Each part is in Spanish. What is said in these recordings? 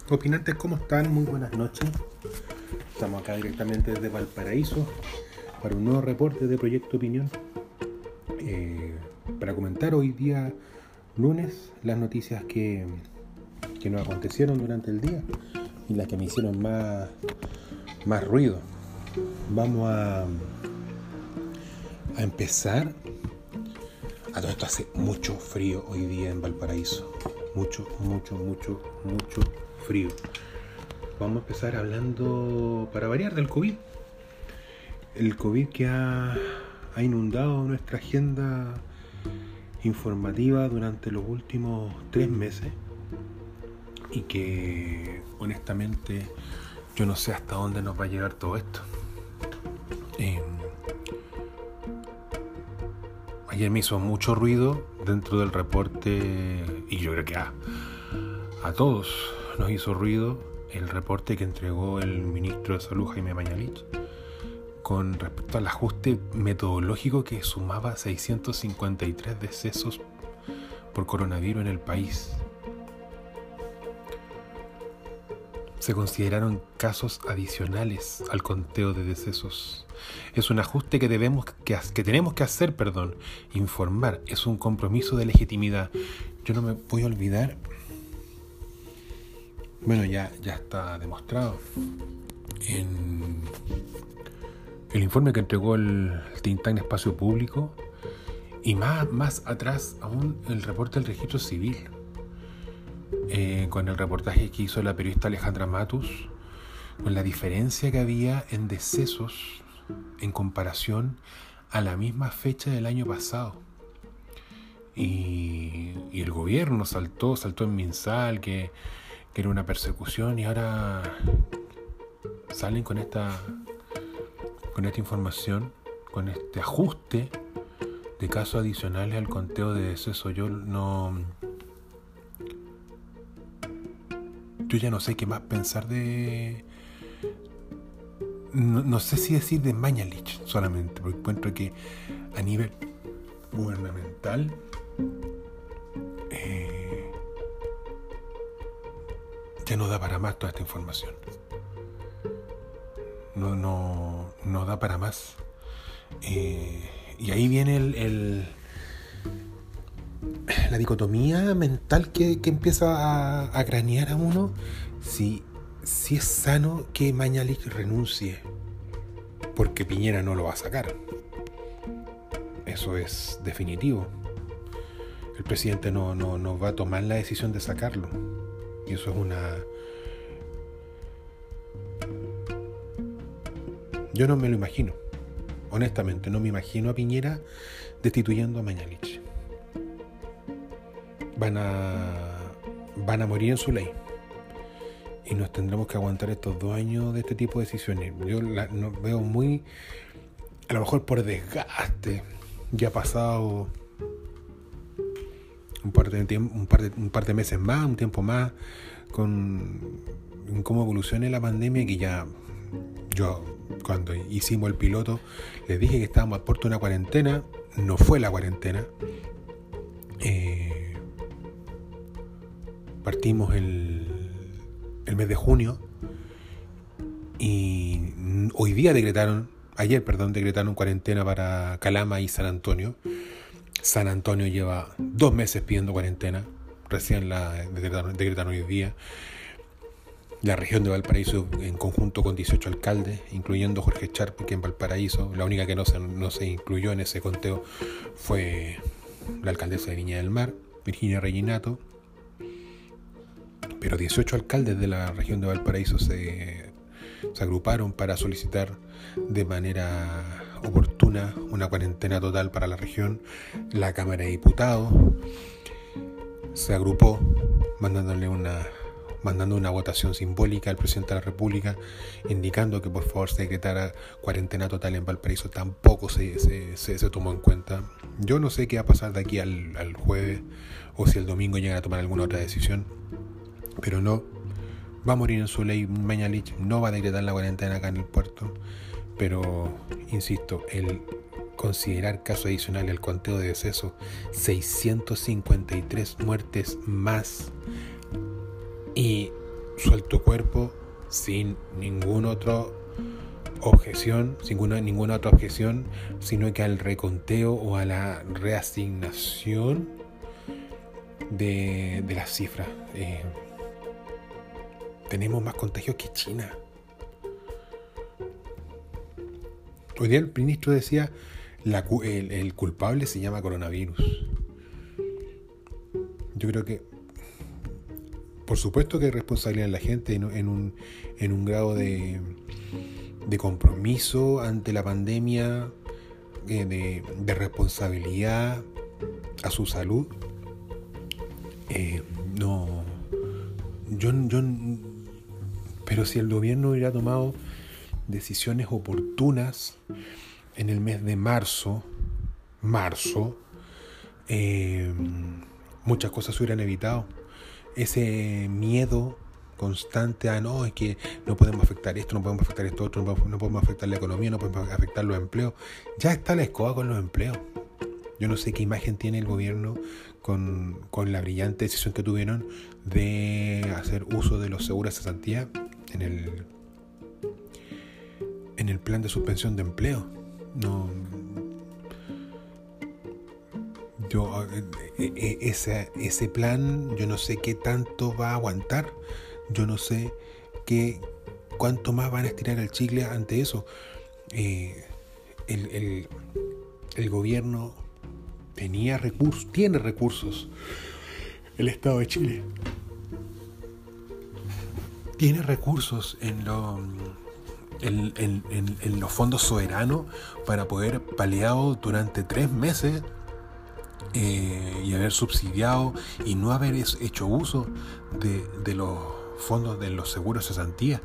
Opinantes, ¿cómo están? Muy buenas noches. Estamos acá directamente desde Valparaíso para un nuevo reporte de Proyecto Opinión. Para comentar hoy día lunes las noticias que nos acontecieron durante el día y las que me hicieron más ruido. Vamos a empezar. A todo esto hace mucho frío hoy día en Valparaíso. Mucho frío. Vamos a empezar hablando, para variar, del COVID. El COVID que ha inundado nuestra agenda informativa durante los últimos 3 meses y que honestamente yo no sé hasta dónde nos va a llegar todo esto. Ayer me hizo mucho ruido dentro del reporte, y yo creo que a todos nos hizo ruido el reporte que entregó el ministro de Salud, Jaime Mañalich, con respecto al ajuste metodológico que sumaba 653 decesos por coronavirus en el país. Se consideraron casos adicionales al conteo de decesos. Es un ajuste que tenemos que hacer, informar. Es un compromiso de legitimidad. Yo no me voy a olvidar. Bueno, ya está demostrado en el informe que entregó el think tank Espacio Público y más atrás aún el reporte del Registro Civil. Con el reportaje que hizo la periodista Alejandra Matus, con la diferencia que había en decesos en comparación a la misma fecha del año pasado. Y el gobierno saltó en Minsal que era una persecución, y ahora salen con esta información, con este ajuste de casos adicionales al conteo de decesos. Yo ya no sé qué más pensar de... No sé si decir de Mañalich solamente, porque encuentro que a nivel gubernamental ya no da para más toda esta información. No da para más. Y ahí viene la dicotomía mental que empieza a cranear a uno. Si es sano que Mañalich renuncie, porque Piñera no lo va a sacar. Eso es definitivo. El presidente no va a tomar la decisión de sacarlo. Y eso es Yo no me lo imagino. Honestamente, no me imagino a Piñera destituyendo a Mañalich. Van a morir en su ley. Y nos tendremos que aguantar estos 2 años de este tipo de decisiones. Yo no veo muy... A lo mejor por desgaste. Ya ha pasado un par de meses más, un tiempo más, con cómo evolucione la pandemia, que ya... Yo, cuando hicimos el piloto, les dije que estábamos a puerta de una cuarentena. No fue la cuarentena. Partimos el mes de junio y ayer decretaron cuarentena para Calama y San Antonio. San Antonio lleva 2 meses pidiendo cuarentena, recién la decretaron hoy día. La región de Valparaíso, en conjunto con 18 alcaldes, incluyendo Jorge Charp, que en Valparaíso, la única que no se incluyó en ese conteo fue la alcaldesa de Viña del Mar, Virginia Reginato. Pero 18 alcaldes de la región de Valparaíso se agruparon para solicitar de manera oportuna una cuarentena total para la región. La Cámara de Diputados se agrupó mandando una votación simbólica al presidente de la República, indicando que por favor se decretara cuarentena total en Valparaíso. Tampoco se tomó en cuenta. Yo no sé qué va a pasar de aquí al jueves, o si el domingo llegan a tomar alguna otra decisión, pero no va a morir en su ley. Mañalich no va a decretar la cuarentena acá en el puerto, pero insisto, el considerar caso adicional al conteo de decesos, 653 muertes más, y suelto cuerpo, sin ninguna otra objeción, ninguna otra objeción, sino que al reconteo o a la reasignación de las cifras. Tenemos más contagios que China. Hoy día el ministro decía, el culpable se llama coronavirus. Yo creo que, por supuesto que hay responsabilidad en la gente en un grado de compromiso ante la pandemia, de responsabilidad a su salud. Pero si el gobierno hubiera tomado decisiones oportunas en el mes de marzo, muchas cosas se hubieran evitado. Ese miedo constante a no, es que no podemos afectar esto, no podemos afectar esto otro, no podemos afectar la economía, no podemos afectar los empleos. Ya está la escoba con los empleos. Yo no sé qué imagen tiene el gobierno con la brillante decisión que tuvieron de hacer uso de los seguros de cesantía en el plan de suspensión de empleo. Ese plan, yo no sé qué tanto va a aguantar. Yo no sé cuánto más van a estirar el chicle ante eso. El gobierno tiene recursos. El Estado de Chile tiene recursos en los fondos soberanos para poder paliado durante 3 meses y haber subsidiado y no haber hecho uso de los fondos de los seguros de cesantía.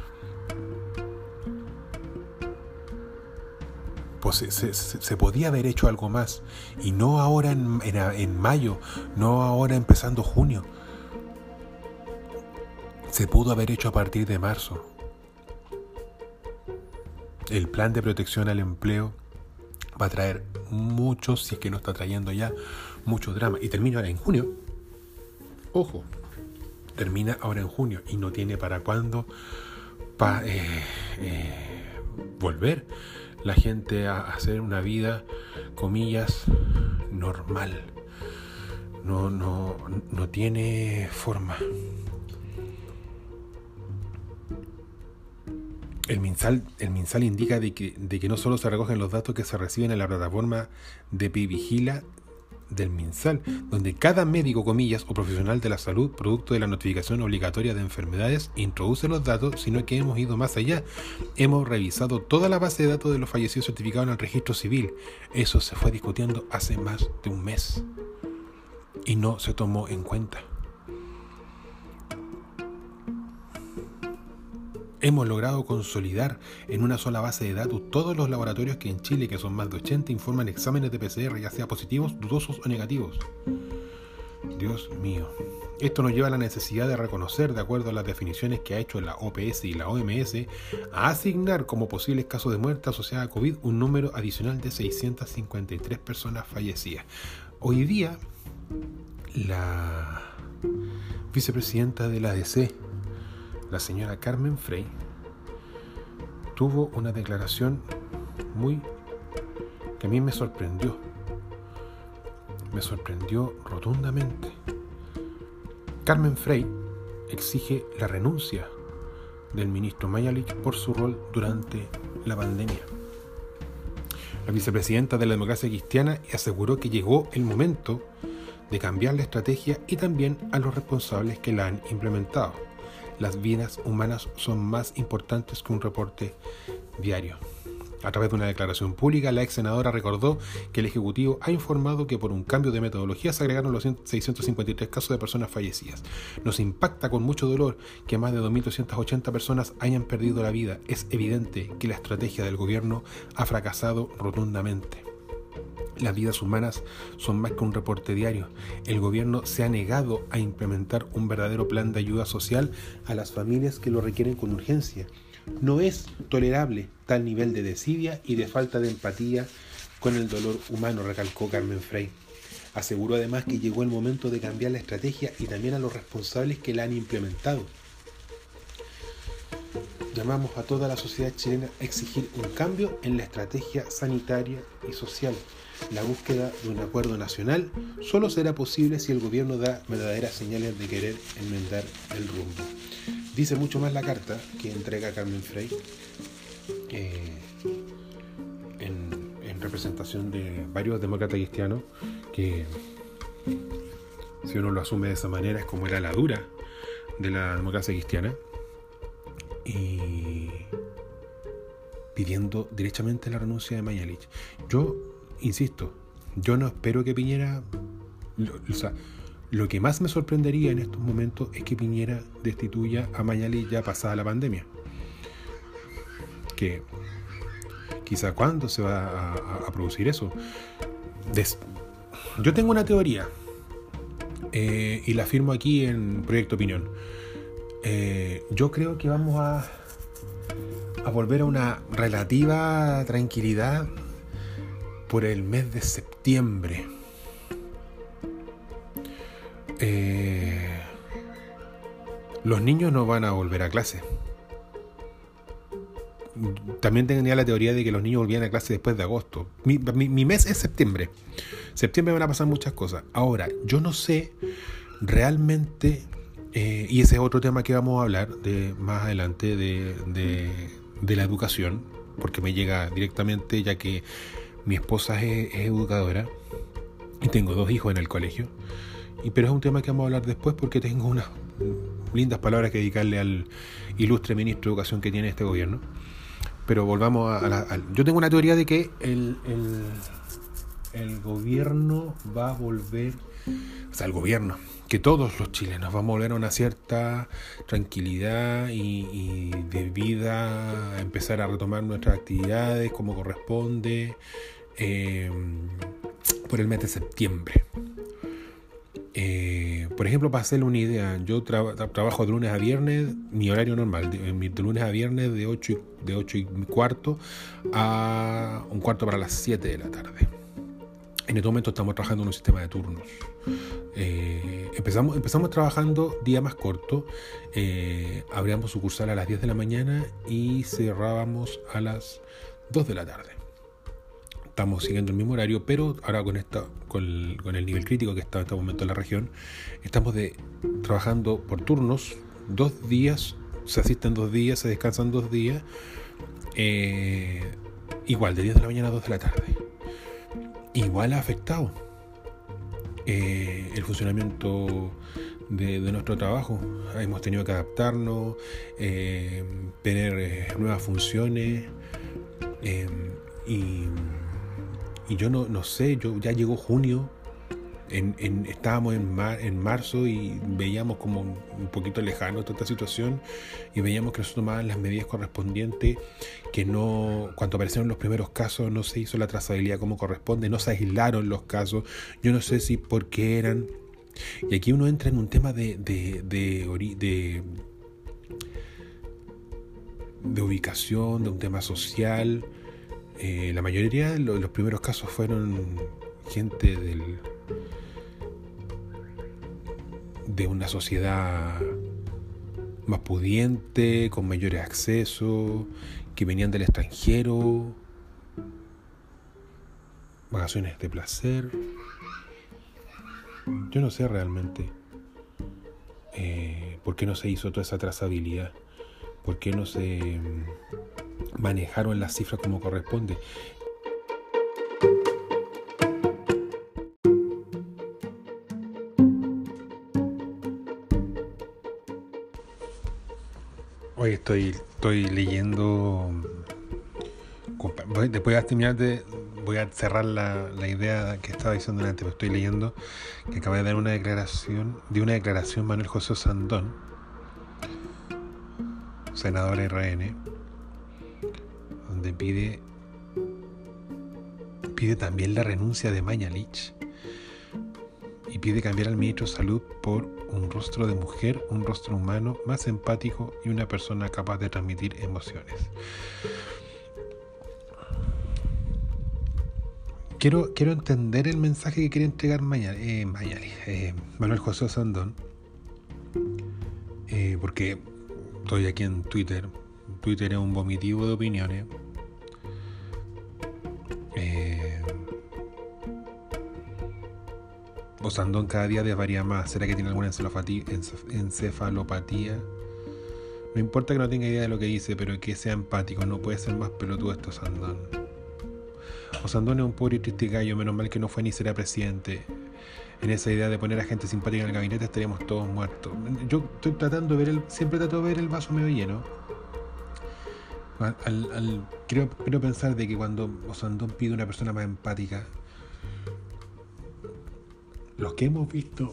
Pues se podía haber hecho algo más, y no ahora en mayo, no ahora empezando junio. Se pudo haber hecho a partir de marzo. El plan de protección al empleo va a traer muchos, si es que no está trayendo ya, mucho drama. Y termina ahora en junio. Ojo, termina ahora en junio y no tiene para cuándo volver la gente a hacer una vida, comillas, normal. No tiene forma. El MinSal indica de que no solo se recogen los datos que se reciben en la plataforma de Pivigila del MinSal, donde cada médico, comillas, o profesional de la salud, producto de la notificación obligatoria de enfermedades, introduce los datos, sino que hemos ido más allá. Hemos revisado toda la base de datos de los fallecidos certificados en el registro civil. Eso se fue discutiendo hace más de un mes y no se tomó en cuenta. Hemos logrado consolidar en una sola base de datos todos los laboratorios que en Chile, que son más de 80, informan exámenes de PCR, ya sea positivos, dudosos o negativos. Dios mío. Esto nos lleva a la necesidad de reconocer, de acuerdo a las definiciones que ha hecho la OPS y la OMS, a asignar como posibles casos de muerte asociada a COVID un número adicional de 653 personas fallecidas. Hoy día, la vicepresidenta de la ADC, la señora Carmen Frey, tuvo una declaración que a mí me sorprendió rotundamente. Carmen Frey exige la renuncia del ministro Mañalich por su rol durante la pandemia. La vicepresidenta de la Democracia Cristiana aseguró que llegó el momento de cambiar la estrategia y también a los responsables que la han implementado. Las vidas humanas son más importantes que un reporte diario. A través de una declaración pública, la ex senadora recordó que el Ejecutivo ha informado que por un cambio de metodología se agregaron los 653 casos de personas fallecidas. Nos impacta con mucho dolor que más de 2.280 personas hayan perdido la vida. Es evidente que la estrategia del gobierno ha fracasado rotundamente. Las vidas humanas son más que un reporte diario. El gobierno se ha negado a implementar un verdadero plan de ayuda social a las familias que lo requieren con urgencia. No es tolerable tal nivel de desidia y de falta de empatía con el dolor humano, recalcó Carmen Frey. Aseguró además que llegó el momento de cambiar la estrategia y también a los responsables que la han implementado. llamamos a toda la sociedad chilena a exigir un cambio en la estrategia sanitaria y social. La búsqueda de un acuerdo nacional solo será posible si el gobierno da verdaderas señales de querer enmendar el rumbo. Dice mucho más la carta que entrega Carmen Frey en representación de varios demócratas cristianos, que si uno lo asume de esa manera es como era la dura de la democracia cristiana, y pidiendo directamente la renuncia de Mañalich. Yo insisto, yo no espero que Piñera, lo que más me sorprendería en estos momentos es que Piñera destituya a Mañalich ya pasada la pandemia. Que quizá cuándo se va a producir eso. Yo tengo una teoría y la afirmo aquí en Proyecto Opinión. Yo creo que vamos a volver a una relativa tranquilidad por el mes de septiembre. Los niños no van a volver a clase. También tenía la teoría de que los niños volvían a clase después de agosto. Mi mes es septiembre. Septiembre van a pasar muchas cosas. Ahora, yo no sé realmente, y ese es otro tema que vamos a hablar más adelante de la educación, porque me llega directamente, ya que mi esposa es educadora y tengo 2 hijos en el colegio. Pero es un tema que vamos a hablar después, porque tengo unas lindas palabras que dedicarle al ilustre ministro de Educación que tiene este gobierno. Pero volvamos yo tengo una teoría de que el gobierno va a volver, el gobierno, que todos los chilenos vamos a volver a una cierta tranquilidad y de vida, a empezar a retomar nuestras actividades como corresponde por el mes de septiembre. Por ejemplo, para hacerle una idea, yo trabajo de lunes a viernes, mi horario normal, de lunes a viernes de 8:15 a 1:15 para las 7 de la tarde. En este momento estamos trabajando en un sistema de turnos. Empezamos trabajando día más corto, abríamos sucursal a las 10 de la mañana y cerrábamos a las 2 de la tarde. Estamos siguiendo el mismo horario, pero ahora con el nivel crítico que está en este momento en la región, estamos trabajando por turnos, 2 días, se asisten 2 días, se descansan 2 días, igual de 10 de la mañana a 2 de la tarde. Igual ha afectado el funcionamiento de nuestro trabajo. Hemos tenido que adaptarnos, tener nuevas funciones, y yo no sé, ya llegó junio, estábamos en marzo y veíamos como un poquito lejano toda esta situación, y veíamos que no se tomaban las medidas correspondientes, que cuando aparecieron los primeros casos no se hizo la trazabilidad como corresponde, no se aislaron los casos, yo no sé si por qué eran, y aquí uno entra en un tema de ubicación, de un tema social. La mayoría de los primeros casos fueron gente de una sociedad más pudiente, con mayores accesos, que venían del extranjero, vacaciones de placer. Yo no sé realmente por qué no se hizo toda esa trazabilidad, por qué no se manejaron las cifras como corresponde. Hoy estoy leyendo. Después de terminar voy a cerrar la idea que estaba diciendo antes, pero estoy leyendo que acaba de dar una declaración Manuel José Sandón, senador RN, donde pide también la renuncia de Mañalich y pide cambiar al ministro de Salud por un rostro de mujer, un rostro humano, más empático y una persona capaz de transmitir emociones. Quiero entender el mensaje que quiere entregar Manuel José Sandón, porque estoy aquí en Twitter Twitter es un vomitivo de opiniones. Osandón cada día desvaría más. ¿Será que tiene alguna encefalopatía? No importa que no tenga idea de lo que dice, pero que sea empático. No puede ser más pelotudo este Osandón. Osandón es un pobre y triste gallo. Menos mal que no fue ni será presidente. En esa idea de poner a gente simpática en el gabinete estaríamos todos muertos. Yo estoy tratando de ver siempre trato de ver el vaso medio lleno. Quiero pensar de que cuando Osandón pide una persona más empática, los que hemos visto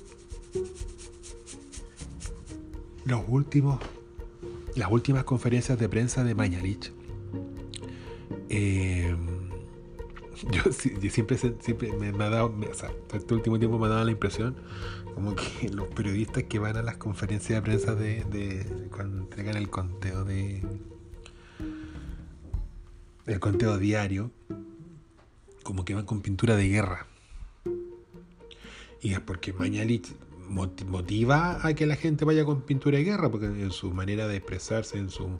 las últimas conferencias de prensa de Mañalich, yo siempre me ha dado, este último tiempo me ha dado la impresión como que los periodistas que van a las conferencias de prensa de cuando entregan el conteo el conteo diario, como que van con pintura de guerra. Y es porque Mañalich motiva a que la gente vaya con pintura de guerra, porque en su manera de expresarse, en su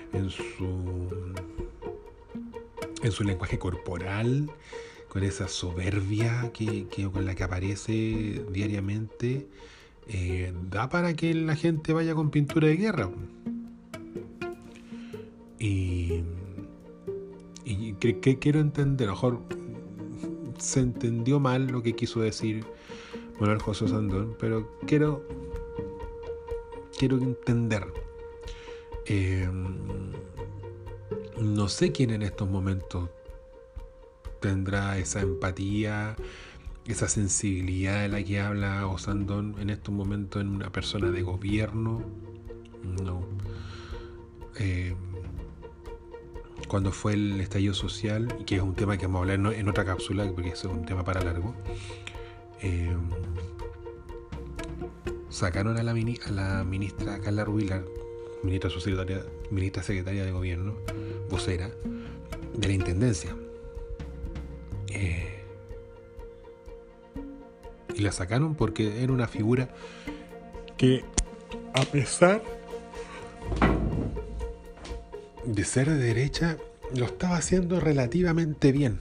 lenguaje corporal, con esa soberbia que con la que aparece diariamente, da para que la gente vaya con pintura de guerra. Y que quiero entender, a lo mejor se entendió mal lo que quiso decir Manuel José Osandón, pero quiero entender. No sé quién en estos momentos tendrá esa empatía, esa sensibilidad de la que habla Osandón en estos momentos en una persona de gobierno. No. Cuando fue el estallido social, y que es un tema que vamos a hablar en otra cápsula, porque es un tema para largo, sacaron a la ministra Carla Rubilar, ministra secretaria de gobierno, vocera de la intendencia, y la sacaron porque era una figura que, a pesar de ser de derecha, lo estaba haciendo relativamente bien.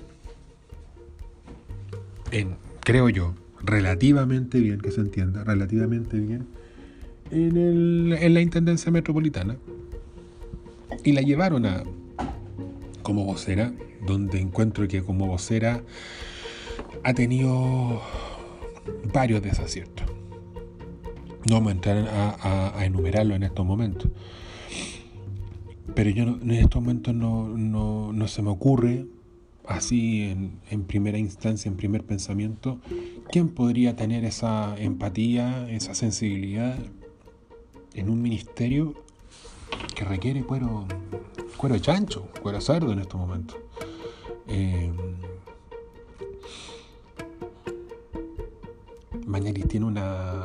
Creo yo, relativamente bien, que se entienda, relativamente bien en la Intendencia Metropolitana. Y la llevaron como vocera, donde encuentro que como vocera ha tenido varios desaciertos. No vamos a entrar a enumerarlo en estos momentos. Pero yo en estos momentos no se me ocurre, así en primera instancia, en primer pensamiento, quién podría tener esa empatía, esa sensibilidad en un ministerio que requiere cuero de chancho, cuero cerdo en estos momentos. Mañalich tiene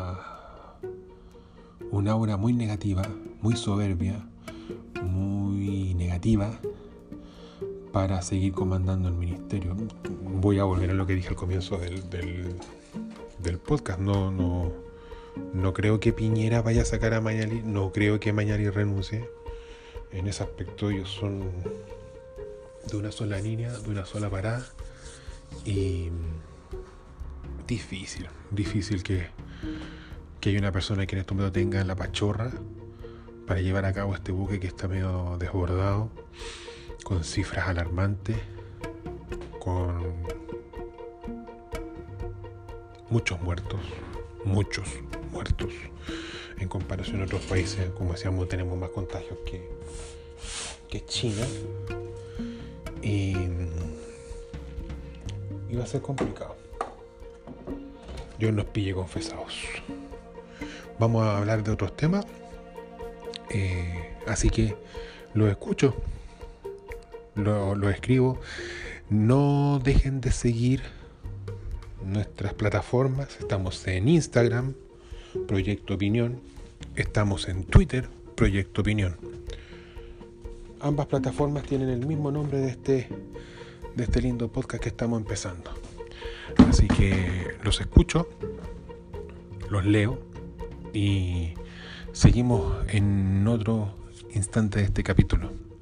una aura muy negativa, muy soberbia, muy negativa para seguir comandando el ministerio. Voy a volver a lo que dije al comienzo del podcast. No creo que Piñera vaya a sacar a Mañalich, no creo que Mañalich renuncie. En ese aspecto ellos son de una sola línea, de una sola parada, y difícil que haya una persona que en este momento tenga la pachorra para llevar a cabo este buque que está medio desbordado, con cifras alarmantes, con muchos muertos en comparación a otros países. Como decíamos, tenemos más contagios que China, y va a ser complicado. Dios nos pille confesados. Vamos a hablar de otros temas, así que lo escucho, lo escribo. No dejen de seguir nuestras plataformas. Estamos en Instagram, Proyecto Opinión. Estamos en Twitter, Proyecto Opinión. Ambas plataformas tienen el mismo nombre de este lindo podcast que estamos empezando. Así que los escucho, los leo, y seguimos en otro instante de este capítulo.